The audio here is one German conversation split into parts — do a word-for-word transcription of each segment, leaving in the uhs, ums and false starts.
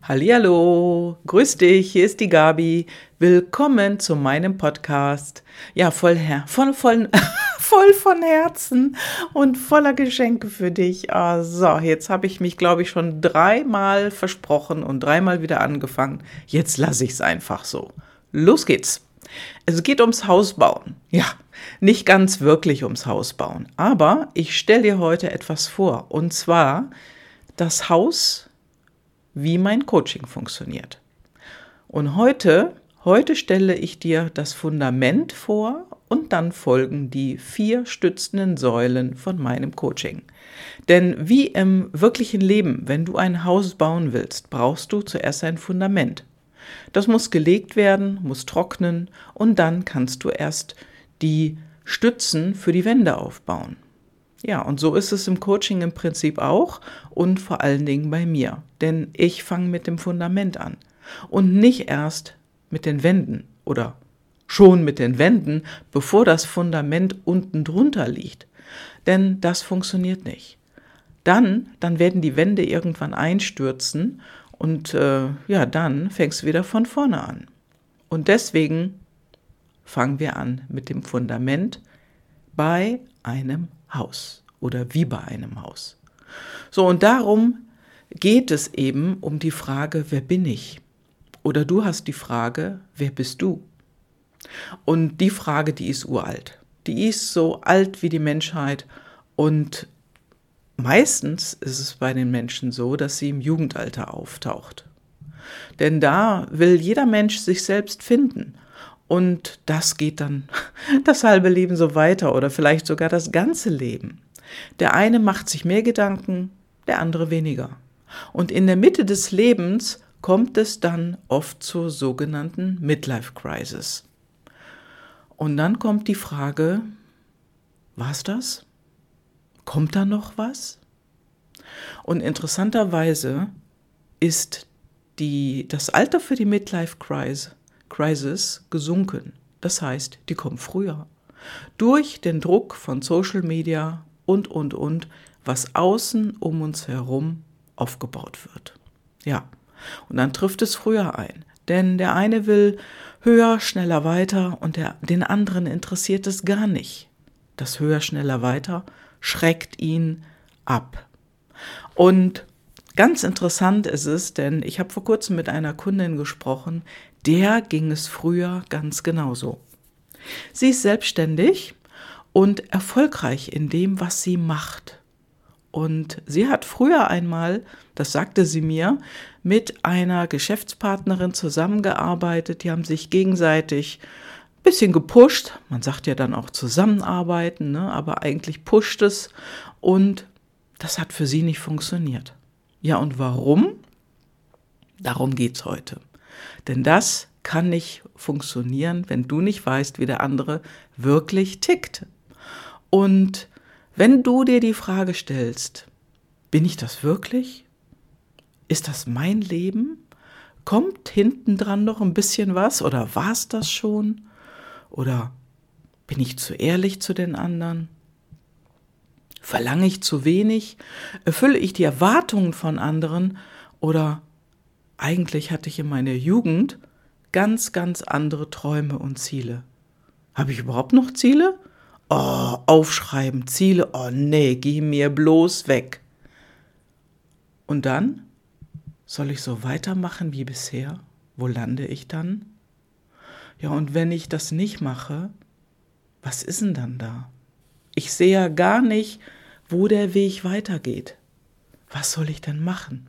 Hallihallo, grüß dich, hier ist die Gabi. Willkommen zu meinem Podcast. Ja, voll, her voll, voll, voll von Herzen und voller Geschenke für dich. Ah, so, jetzt habe ich mich, glaube ich, schon dreimal versprochen und dreimal wieder angefangen. Jetzt lasse ich es einfach so. Los geht's. Es geht ums Hausbauen. Ja, nicht ganz wirklich ums Hausbauen, aber ich stelle dir heute etwas vor, und zwar das Haus, wie mein Coaching funktioniert. Und heute, heute stelle ich dir das Fundament vor und dann folgen die vier stützenden Säulen von meinem Coaching. Denn wie im wirklichen Leben, wenn du ein Haus bauen willst, brauchst du zuerst ein Fundament. Das muss gelegt werden, muss trocknen und dann kannst du erst die Stützen für die Wände aufbauen. Ja, und so ist es im Coaching im Prinzip auch und vor allen Dingen bei mir. Denn ich fange mit dem Fundament an und nicht erst mit den Wänden oder schon mit den Wänden, bevor das Fundament unten drunter liegt. Denn das funktioniert nicht. Dann, dann werden die Wände irgendwann einstürzen und äh, ja, dann fängst du wieder von vorne an. Und deswegen fangen wir an mit dem Fundament bei einem Haus oder wie bei einem Haus. So, und darum geht es eben um die Frage, wer bin ich? Oder du hast die Frage, wer bist du? Und die Frage, die ist uralt. Die ist so alt wie die Menschheit und meistens ist es bei den Menschen so, dass sie im Jugendalter auftaucht. Denn da will jeder Mensch sich selbst finden. Und das geht dann das halbe Leben so weiter oder vielleicht sogar das ganze Leben. Der eine macht sich mehr Gedanken, der andere weniger. Und in der Mitte des Lebens kommt es dann oft zur sogenannten Midlife Crisis. Und dann kommt die Frage, war's das? Kommt da noch was? Und interessanterweise ist die, das Alter für die Midlife Crisis Crisis gesunken. Das heißt, die kommt früher. Durch den Druck von Social Media und, und, und, was außen um uns herum aufgebaut wird. Ja, und dann trifft es früher ein. Denn der eine will höher, schneller, weiter und der, den anderen interessiert es gar nicht. Das höher, schneller, weiter schreckt ihn ab. Und ganz interessant ist es, denn ich habe vor kurzem mit einer Kundin gesprochen, der ging es früher ganz genauso. Sie ist selbstständig und erfolgreich in dem, was sie macht. Und sie hat früher einmal, das sagte sie mir, mit einer Geschäftspartnerin zusammengearbeitet. Die haben sich gegenseitig ein bisschen gepusht. Man sagt ja dann auch zusammenarbeiten, ne? Aber eigentlich pusht es. Und das hat für sie nicht funktioniert. Ja, und warum? Darum geht's heute. Denn das kann nicht funktionieren, wenn du nicht weißt, wie der andere wirklich tickt. Und wenn du dir die Frage stellst, bin ich das wirklich? Ist das mein Leben? Kommt hinten dran noch ein bisschen was? Oder war es das schon? Oder bin ich zu ehrlich zu den anderen? Verlange ich zu wenig? Erfülle ich die Erwartungen von anderen? Oder eigentlich hatte ich in meiner Jugend ganz, ganz andere Träume und Ziele. Habe ich überhaupt noch Ziele? Oh, aufschreiben, Ziele, oh nee, geh mir bloß weg. Und dann? Soll ich so weitermachen wie bisher? Wo lande ich dann? Ja, und wenn ich das nicht mache, was ist denn dann da? Ich sehe ja gar nicht, wo der Weg weitergeht. Was soll ich denn machen?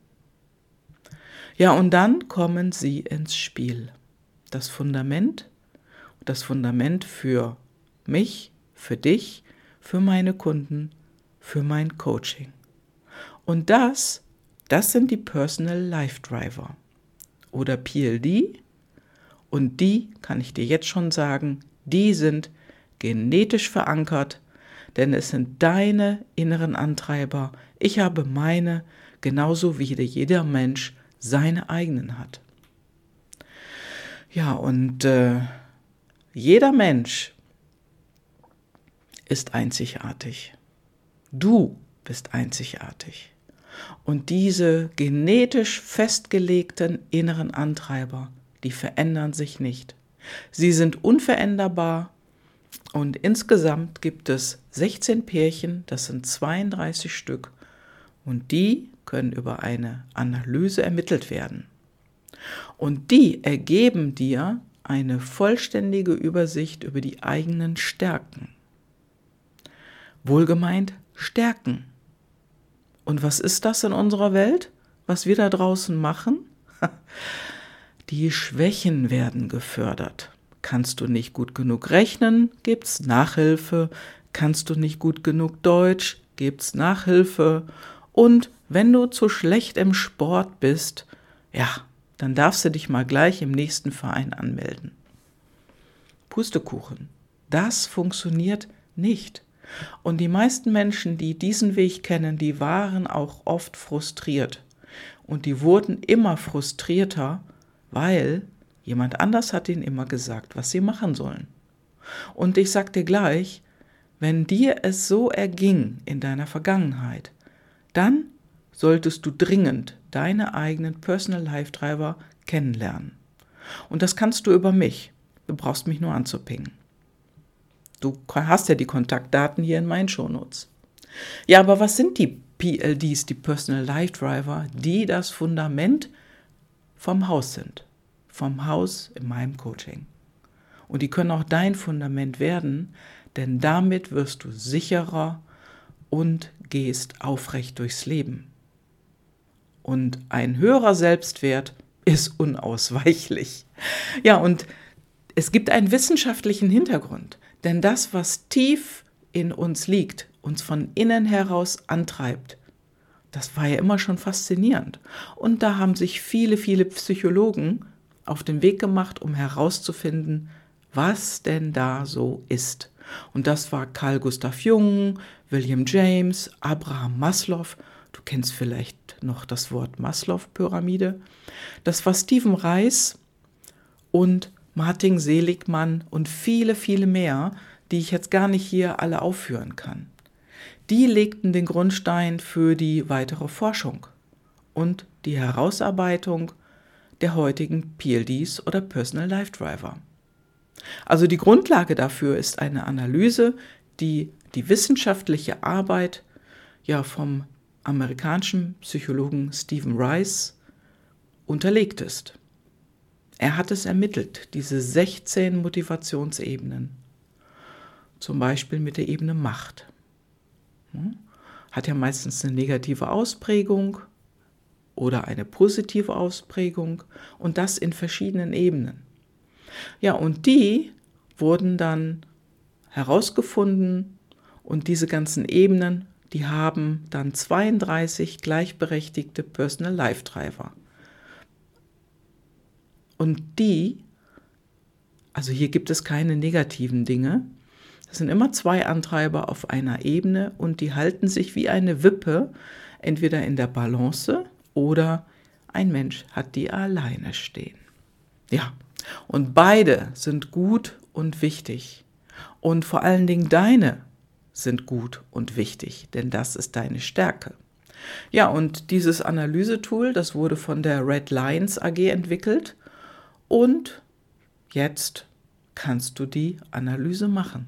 Ja, und dann kommen sie ins Spiel. Das Fundament, das Fundament für mich, für dich, für meine Kunden, für mein Coaching. Und das, das sind die Personal Life Driver oder P L D. Und die, kann ich dir jetzt schon sagen, die sind genetisch verankert, denn es sind deine inneren Antreiber. Ich habe meine, genauso wie jeder Mensch seine eigenen hat. Ja, und äh, jeder Mensch ist einzigartig. Du bist einzigartig. Und diese genetisch festgelegten inneren Antreiber, die verändern sich nicht. Sie sind unveränderbar und insgesamt gibt es sechzehn Pärchen, das sind zweiunddreißig Stück und die können über eine Analyse ermittelt werden. Und die ergeben dir eine vollständige Übersicht über die eigenen Stärken. Wohlgemeint Stärken. Und was ist das in unserer Welt, was wir da draußen machen? Die Schwächen werden gefördert. Kannst du nicht gut genug rechnen, gibt's Nachhilfe. Kannst du nicht gut genug Deutsch, gibt's Nachhilfe. Und wenn du zu schlecht im Sport bist, ja, dann darfst du dich mal gleich im nächsten Verein anmelden. Pustekuchen, das funktioniert nicht. Und die meisten Menschen, die diesen Weg kennen, die waren auch oft frustriert. Und die wurden immer frustrierter, weil jemand anders hat ihnen immer gesagt, was sie machen sollen. Und ich sag dir gleich, wenn dir es so erging in deiner Vergangenheit, dann solltest du dringend deine eigenen Personal Life Driver kennenlernen. Und das kannst du über mich. Du brauchst mich nur anzupingen. Du hast ja die Kontaktdaten hier in meinen Shownotes. Ja, aber was sind die P L Ds, die Personal Life Driver, die das Fundament vom Haus sind? Vom Haus in meinem Coaching. Und die können auch dein Fundament werden, denn damit wirst du sicherer und gehst aufrecht durchs Leben. Und ein höherer Selbstwert ist unausweichlich. Ja, und es gibt einen wissenschaftlichen Hintergrund. Denn das, was tief in uns liegt, uns von innen heraus antreibt, das war ja immer schon faszinierend. Und da haben sich viele, viele Psychologen auf den Weg gemacht, um herauszufinden, was denn da so ist. Und das war Carl Gustav Jung, William James, Abraham Maslow. Du kennst vielleicht noch das Wort Maslow-Pyramide. Das war Stephen Reis und Martin Seligmann und viele, viele mehr, die ich jetzt gar nicht hier alle aufführen kann. Die legten den Grundstein für die weitere Forschung und die Herausarbeitung der heutigen P L Ds oder Personal Life Driver. Also die Grundlage dafür ist eine Analyse, die die wissenschaftliche Arbeit ja vom amerikanischen Psychologen Stephen Reis unterlegt ist. Er hat es ermittelt, diese sechzehn Motivationsebenen, zum Beispiel mit der Ebene Macht. Hat ja meistens eine negative Ausprägung oder eine positive Ausprägung und das in verschiedenen Ebenen. Ja, und die wurden dann herausgefunden und diese ganzen Ebenen, die haben dann zweiunddreißig gleichberechtigte Personal Life Driver. Und die, also hier gibt es keine negativen Dinge, das sind immer zwei Antreiber auf einer Ebene und die halten sich wie eine Wippe, entweder in der Balance oder ein Mensch hat die alleine stehen. Ja, und beide sind gut und wichtig. Und vor allen Dingen deine sind gut und wichtig, denn das ist deine Stärke. Ja, und dieses Analysetool, das wurde von der Red Lions A G entwickelt. Und jetzt kannst du die Analyse machen.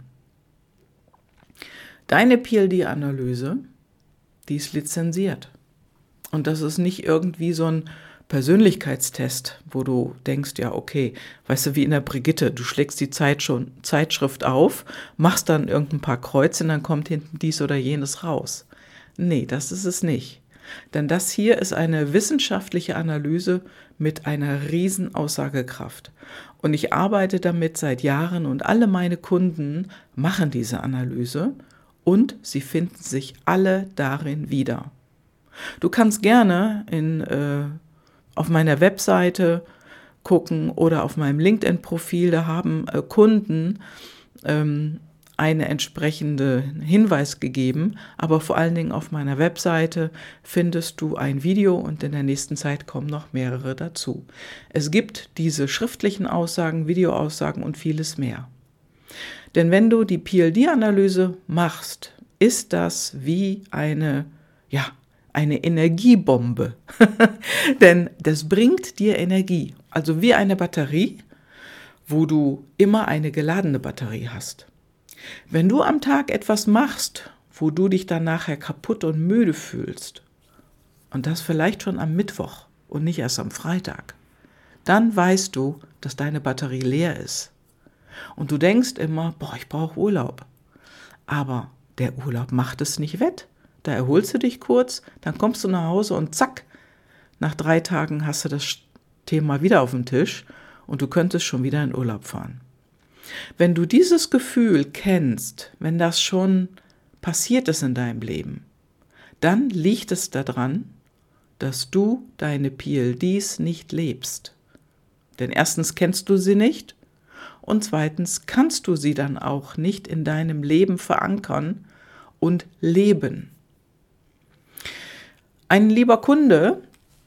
Deine P L D-Analyse, die ist lizenziert. Und das ist nicht irgendwie so ein Persönlichkeitstest, wo du denkst, ja okay, weißt du, wie in der Brigitte, du schlägst die Zeit schon, Zeitschrift auf, machst dann irgendein paar Kreuze und dann kommt hinten dies oder jenes raus. Nee, das ist es nicht. Denn das hier ist eine wissenschaftliche Analyse mit einer riesen Aussagekraft. Und ich arbeite damit seit Jahren und alle meine Kunden machen diese Analyse und sie finden sich alle darin wieder. Du kannst gerne in, äh, auf meiner Webseite gucken oder auf meinem LinkedIn-Profil, da haben äh, Kunden ähm, einen entsprechenden Hinweis gegeben, aber vor allen Dingen auf meiner Webseite findest du ein Video und in der nächsten Zeit kommen noch mehrere dazu. Es gibt diese schriftlichen Aussagen, Videoaussagen und vieles mehr. Denn wenn du die P L D-Analyse machst, ist das wie eine, ja, eine Energiebombe. Denn das bringt dir Energie. Also wie eine Batterie, wo du immer eine geladene Batterie hast. Wenn du am Tag etwas machst, wo du dich dann nachher kaputt und müde fühlst, und das vielleicht schon am Mittwoch und nicht erst am Freitag, dann weißt du, dass deine Batterie leer ist. Und du denkst immer, boah, ich brauche Urlaub. Aber der Urlaub macht es nicht wett. Da erholst du dich kurz, dann kommst du nach Hause und zack, nach drei Tagen hast du das Thema wieder auf dem Tisch und du könntest schon wieder in Urlaub fahren. Wenn du dieses Gefühl kennst, wenn das schon passiert ist in deinem Leben, dann liegt es daran, dass du deine P L Ds nicht lebst. Denn erstens kennst du sie nicht und zweitens kannst du sie dann auch nicht in deinem Leben verankern und leben. Ein lieber Kunde,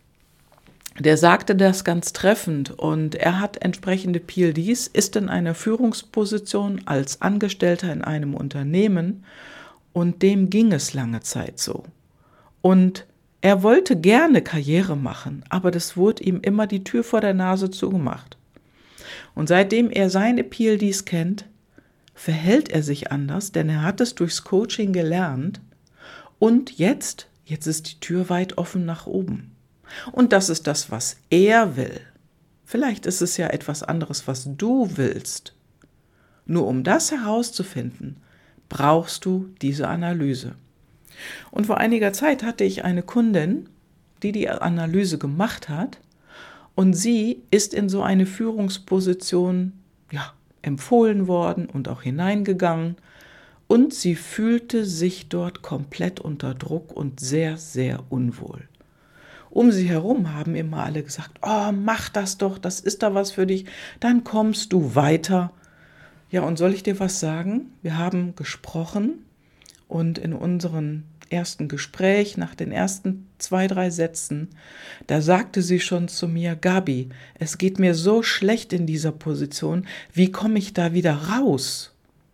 der sagte das ganz treffend und er hat entsprechende P L Ds, ist in einer Führungsposition als Angestellter in einem Unternehmen und dem ging es lange Zeit so. Und er wollte gerne Karriere machen, aber das wurde ihm immer die Tür vor der Nase zugemacht. Und seitdem er seine P L Ds kennt, verhält er sich anders, denn er hat es durchs Coaching gelernt und jetzt, jetzt ist die Tür weit offen nach oben. Und das ist das, was er will. Vielleicht ist es ja etwas anderes, was du willst. Nur um das herauszufinden, brauchst du diese Analyse. Und vor einiger Zeit hatte ich eine Kundin, die die Analyse gemacht hat und sie ist in so eine Führungsposition, ja, empfohlen worden und auch hineingegangen und sie fühlte sich dort komplett unter Druck und sehr, sehr unwohl. Um sie herum haben immer alle gesagt, oh, mach das doch, das ist da was für dich, dann kommst du weiter. Ja, und soll ich dir was sagen? Wir haben gesprochen und in unserem ersten Gespräch, nach den ersten zwei, drei Sätzen, da sagte sie schon zu mir, Gabi, es geht mir so schlecht in dieser Position, wie komme ich da wieder raus?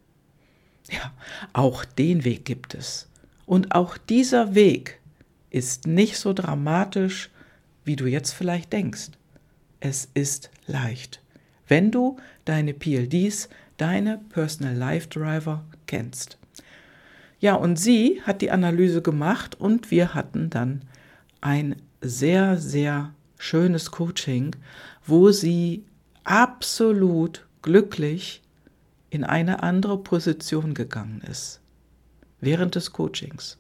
Ja, auch den Weg gibt es. Und auch dieser Weg ist nicht so dramatisch, wie du jetzt vielleicht denkst. Es ist leicht, wenn du deine P L Ds, deine Personal Life Driver kennst. Ja, und sie hat die Analyse gemacht und wir hatten dann ein sehr, sehr schönes Coaching, wo sie absolut glücklich in eine andere Position gegangen ist, während des Coachings.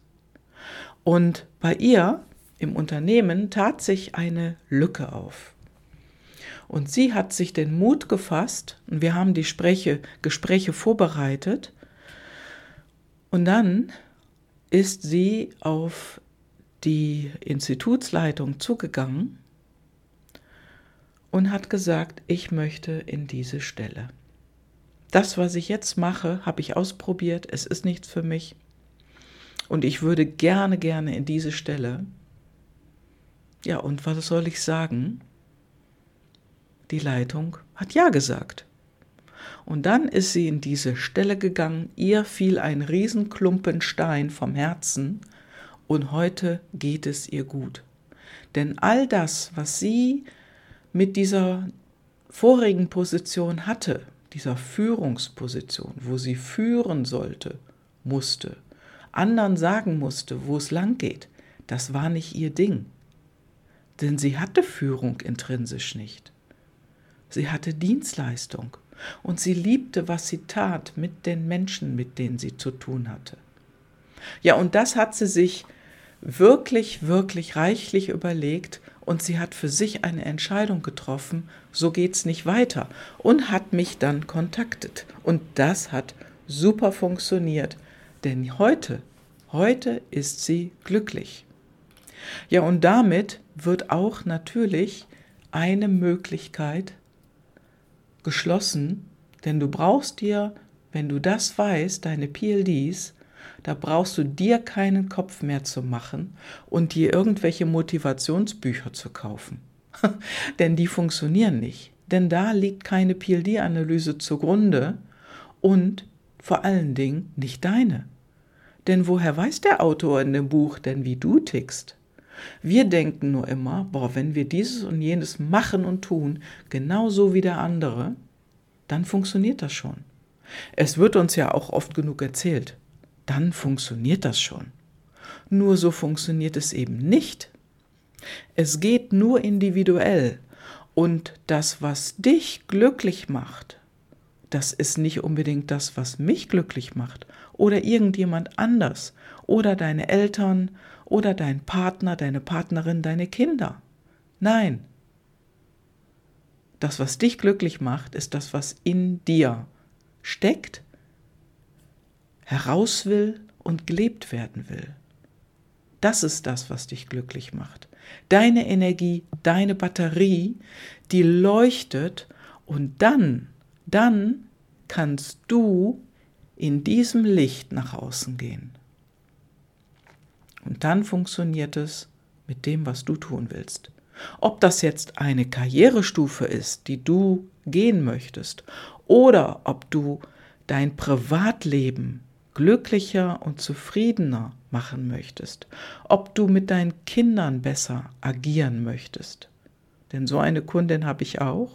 Und bei ihr im Unternehmen tat sich eine Lücke auf. Und sie hat sich den Mut gefasst und wir haben die Gespräche, Gespräche vorbereitet. Und dann ist sie auf die Institutsleitung zugegangen und hat gesagt, ich möchte in diese Stelle. Das, was ich jetzt mache, habe ich ausprobiert, es ist nichts für mich. Und ich würde gerne, gerne in diese Stelle. Ja, und was soll ich sagen? Die Leitung hat ja gesagt. Und dann ist sie in diese Stelle gegangen, ihr fiel ein Riesenklumpen Stein vom Herzen und heute geht es ihr gut. Denn all das, was sie mit dieser vorigen Position hatte, dieser Führungsposition, wo sie führen sollte, musste, anderen sagen musste, wo es lang geht, das war nicht ihr Ding. Denn sie hatte Führung intrinsisch nicht. Sie hatte Dienstleistung. Und sie liebte, was sie tat mit den Menschen, mit denen sie zu tun hatte. Ja, und das hat sie sich wirklich, wirklich reichlich überlegt und sie hat für sich eine Entscheidung getroffen, so geht's nicht weiter und hat mich dann kontaktet. Und das hat super funktioniert, denn heute, heute ist sie glücklich. Ja, und damit wird auch natürlich eine Möglichkeit geschlossen, denn du brauchst dir, wenn du das weißt, deine P L Ds, da brauchst du dir keinen Kopf mehr zu machen und dir irgendwelche Motivationsbücher zu kaufen. Denn die funktionieren nicht. Denn da liegt keine P L D-Analyse zugrunde und vor allen Dingen nicht deine. Denn woher weiß der Autor in dem Buch denn, wie du tickst? Wir denken nur immer, boah, wenn wir dieses und jenes machen und tun, genauso wie der andere, dann funktioniert das schon. Es wird uns ja auch oft genug erzählt, dann funktioniert das schon. Nur so funktioniert es eben nicht. Es geht nur individuell und das, was dich glücklich macht, das ist nicht unbedingt das, was mich glücklich macht oder irgendjemand anders oder deine Eltern oder dein Partner, deine Partnerin, deine Kinder. Nein. Das, was dich glücklich macht, ist das, was in dir steckt, heraus will und gelebt werden will. Das ist das, was dich glücklich macht. Deine Energie, deine Batterie, die leuchtet und dann, dann kannst du in diesem Licht nach außen gehen. Und dann funktioniert es mit dem, was du tun willst. Ob das jetzt eine Karrierestufe ist, die du gehen möchtest, oder ob du dein Privatleben glücklicher und zufriedener machen möchtest, ob du mit deinen Kindern besser agieren möchtest. Denn so eine Kundin habe ich auch.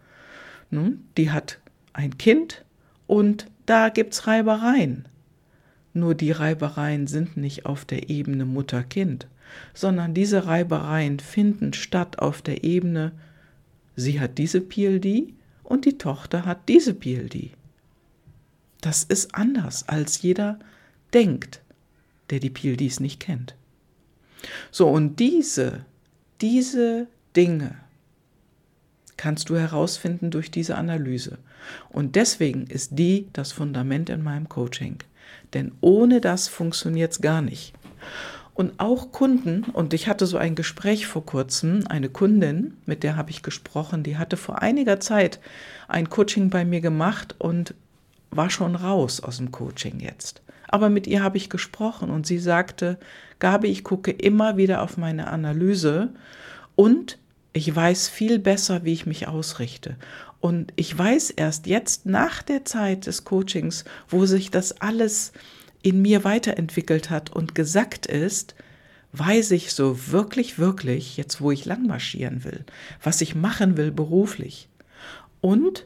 Die hat ein Kind und da gibt es Reibereien. Nur die Reibereien sind nicht auf der Ebene Mutter-Kind, sondern diese Reibereien finden statt auf der Ebene, sie hat diese P L D und die Tochter hat diese P L D. Das ist anders, als jeder denkt, der die P L Ds nicht kennt. So, und diese, diese Dinge kannst du herausfinden durch diese Analyse. Und deswegen ist die das Fundament in meinem Coaching. Denn ohne das funktioniert es gar nicht. Und auch Kunden, und ich hatte so ein Gespräch vor kurzem, eine Kundin, mit der habe ich gesprochen, die hatte vor einiger Zeit ein Coaching bei mir gemacht und war schon raus aus dem Coaching jetzt. Aber mit ihr habe ich gesprochen und sie sagte, Gabi, ich gucke immer wieder auf meine Analyse und ich weiß viel besser, wie ich mich ausrichte. Und ich weiß erst jetzt nach der Zeit des Coachings, wo sich das alles in mir weiterentwickelt hat und gesackt ist, weiß ich so wirklich, wirklich, jetzt wo ich lang marschieren will, was ich machen will beruflich. Und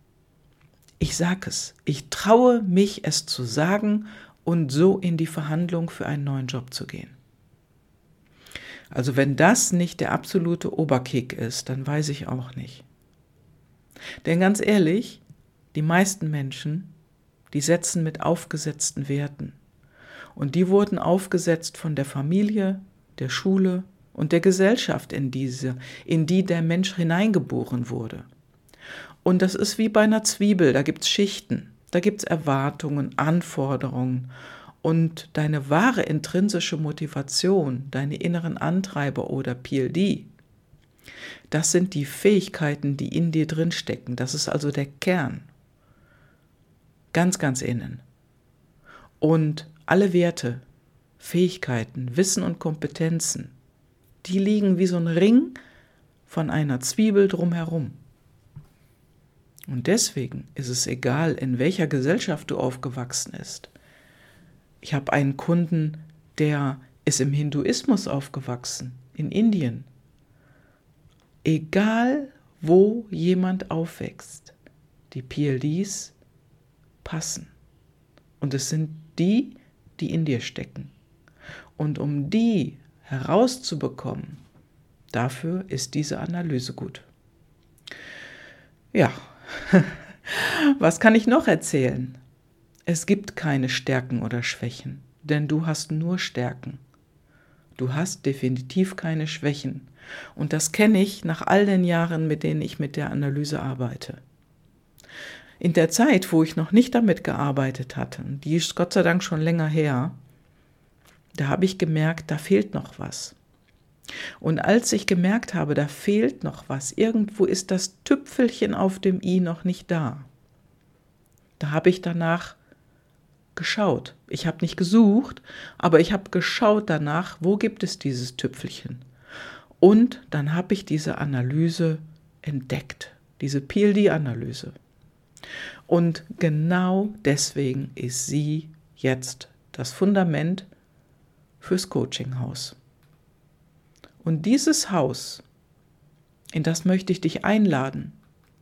ich sage es, ich traue mich, es zu sagen und so in die Verhandlung für einen neuen Job zu gehen. Also wenn das nicht der absolute Oberkick ist, dann weiß ich auch nicht. Denn ganz ehrlich, die meisten Menschen, die setzen mit aufgesetzten Werten. Und die wurden aufgesetzt von der Familie, der Schule und der Gesellschaft, in diese, in die der Mensch hineingeboren wurde. Und das ist wie bei einer Zwiebel, da gibt es Schichten, da gibt es Erwartungen, Anforderungen. Und deine wahre intrinsische Motivation, deine inneren Antreiber oder P L D, das sind die Fähigkeiten, die in dir drin stecken. Das ist also der Kern. Ganz, ganz innen. Und alle Werte, Fähigkeiten, Wissen und Kompetenzen, die liegen wie so ein Ring von einer Zwiebel drumherum. Und deswegen ist es egal, in welcher Gesellschaft du aufgewachsen bist. Ich habe einen Kunden, der ist im Hinduismus aufgewachsen, in Indien. Egal, wo jemand aufwächst, die P L Ds passen. Und es sind die, die in dir stecken. Und um die herauszubekommen, dafür ist diese Analyse gut. Ja, was kann ich noch erzählen? Es gibt keine Stärken oder Schwächen, denn du hast nur Stärken. Du hast definitiv keine Schwächen. Und das kenne ich nach all den Jahren, mit denen ich mit der Analyse arbeite. In der Zeit, wo ich noch nicht damit gearbeitet hatte, die ist Gott sei Dank schon länger her, da habe ich gemerkt, da fehlt noch was. Und als ich gemerkt habe, da fehlt noch was, irgendwo ist das Tüpfelchen auf dem i noch nicht da, da habe ich danach geschaut. Ich habe nicht gesucht, aber ich habe geschaut danach, wo gibt es dieses Tüpfelchen. Und dann habe ich diese Analyse entdeckt, diese P L D-Analyse. Und genau deswegen ist sie jetzt das Fundament fürs Coachinghaus. Und dieses Haus, in das möchte ich dich einladen.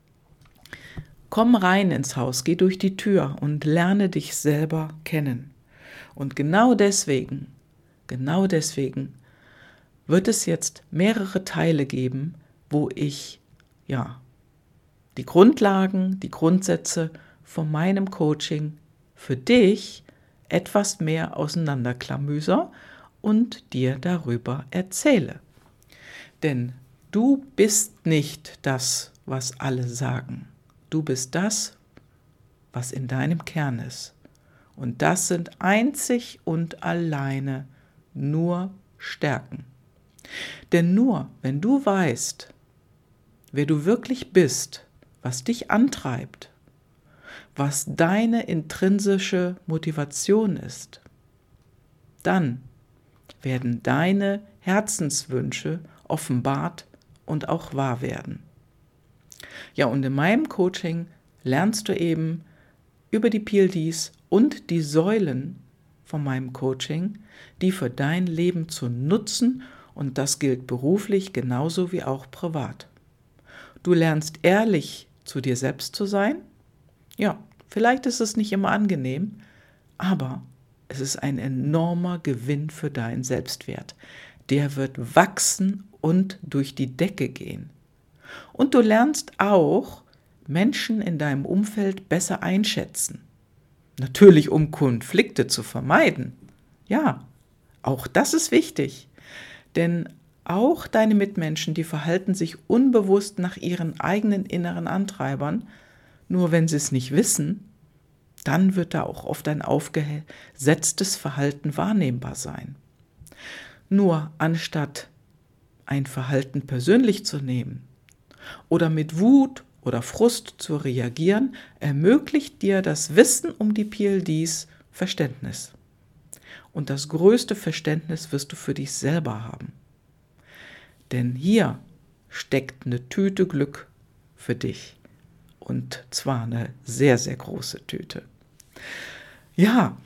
Komm rein ins Haus, geh durch die Tür und lerne dich selber kennen. Und genau deswegen, genau deswegen wird es jetzt mehrere Teile geben, wo ich, ja, die Grundlagen, die Grundsätze von meinem Coaching für dich etwas mehr auseinanderklamüser und dir darüber erzähle. Denn du bist nicht das, was alle sagen. Du bist das, was in deinem Kern ist. Und das sind einzig und alleine nur Stärken. Denn nur wenn du weißt, wer du wirklich bist, was dich antreibt, was deine intrinsische Motivation ist, dann werden deine Herzenswünsche offenbart und auch wahr werden. Ja, und in meinem Coaching lernst du eben über die P L Ds und die Säulen von meinem Coaching, die für dein Leben zu nutzen, und das gilt beruflich genauso wie auch privat. Du lernst ehrlich zu dir selbst zu sein. Ja, vielleicht ist es nicht immer angenehm, aber es ist ein enormer Gewinn für deinen Selbstwert. Der wird wachsen und durch die Decke gehen. Und du lernst auch, Menschen in deinem Umfeld besser einschätzen. Natürlich, um Konflikte zu vermeiden. Ja, auch das ist wichtig. Denn auch deine Mitmenschen, die verhalten sich unbewusst nach ihren eigenen inneren Antreibern. Nur wenn sie es nicht wissen, dann wird da auch oft ein aufgesetztes Verhalten wahrnehmbar sein. Nur anstatt ein Verhalten persönlich zu nehmen oder mit Wut oder Frust zu reagieren, ermöglicht dir das Wissen um die P L Ds Verständnis. Und das größte Verständnis wirst du für dich selber haben. Denn hier steckt eine Tüte Glück für dich. Und zwar eine sehr, sehr große Tüte. Ja,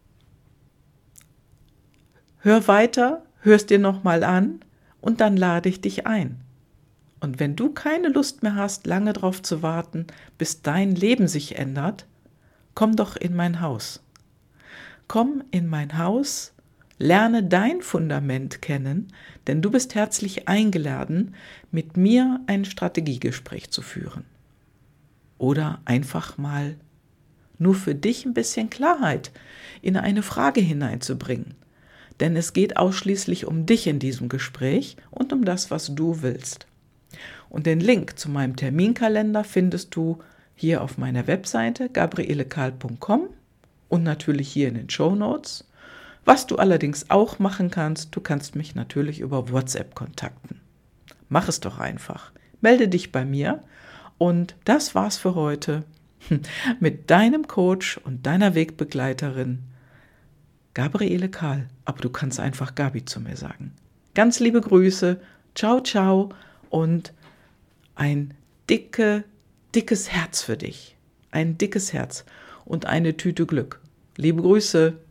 hör weiter, hörst dir nochmal an und dann lade ich dich ein. Und wenn du keine Lust mehr hast, lange drauf zu warten, bis dein Leben sich ändert, komm doch in mein Haus. Komm in mein Haus, lerne dein Fundament kennen, denn du bist herzlich eingeladen, mit mir ein Strategiegespräch zu führen. Oder einfach mal nur für dich ein bisschen Klarheit in eine Frage hineinzubringen. Denn es geht ausschließlich um dich in diesem Gespräch und um das, was du willst. Und den Link zu meinem Terminkalender findest du hier auf meiner Webseite gabriele kahl punkt com und natürlich hier in den Shownotes. Was du allerdings auch machen kannst, du kannst mich natürlich über WhatsApp kontakten. Mach es doch einfach. Melde dich bei mir und das war's für heute mit deinem Coach und deiner Wegbegleiterin Gabriele Kahl. Aber du kannst einfach Gabi zu mir sagen. Ganz liebe Grüße, ciao, ciao und ein dicke, dickes Herz für dich. Ein dickes Herz und eine Tüte Glück. Liebe Grüße.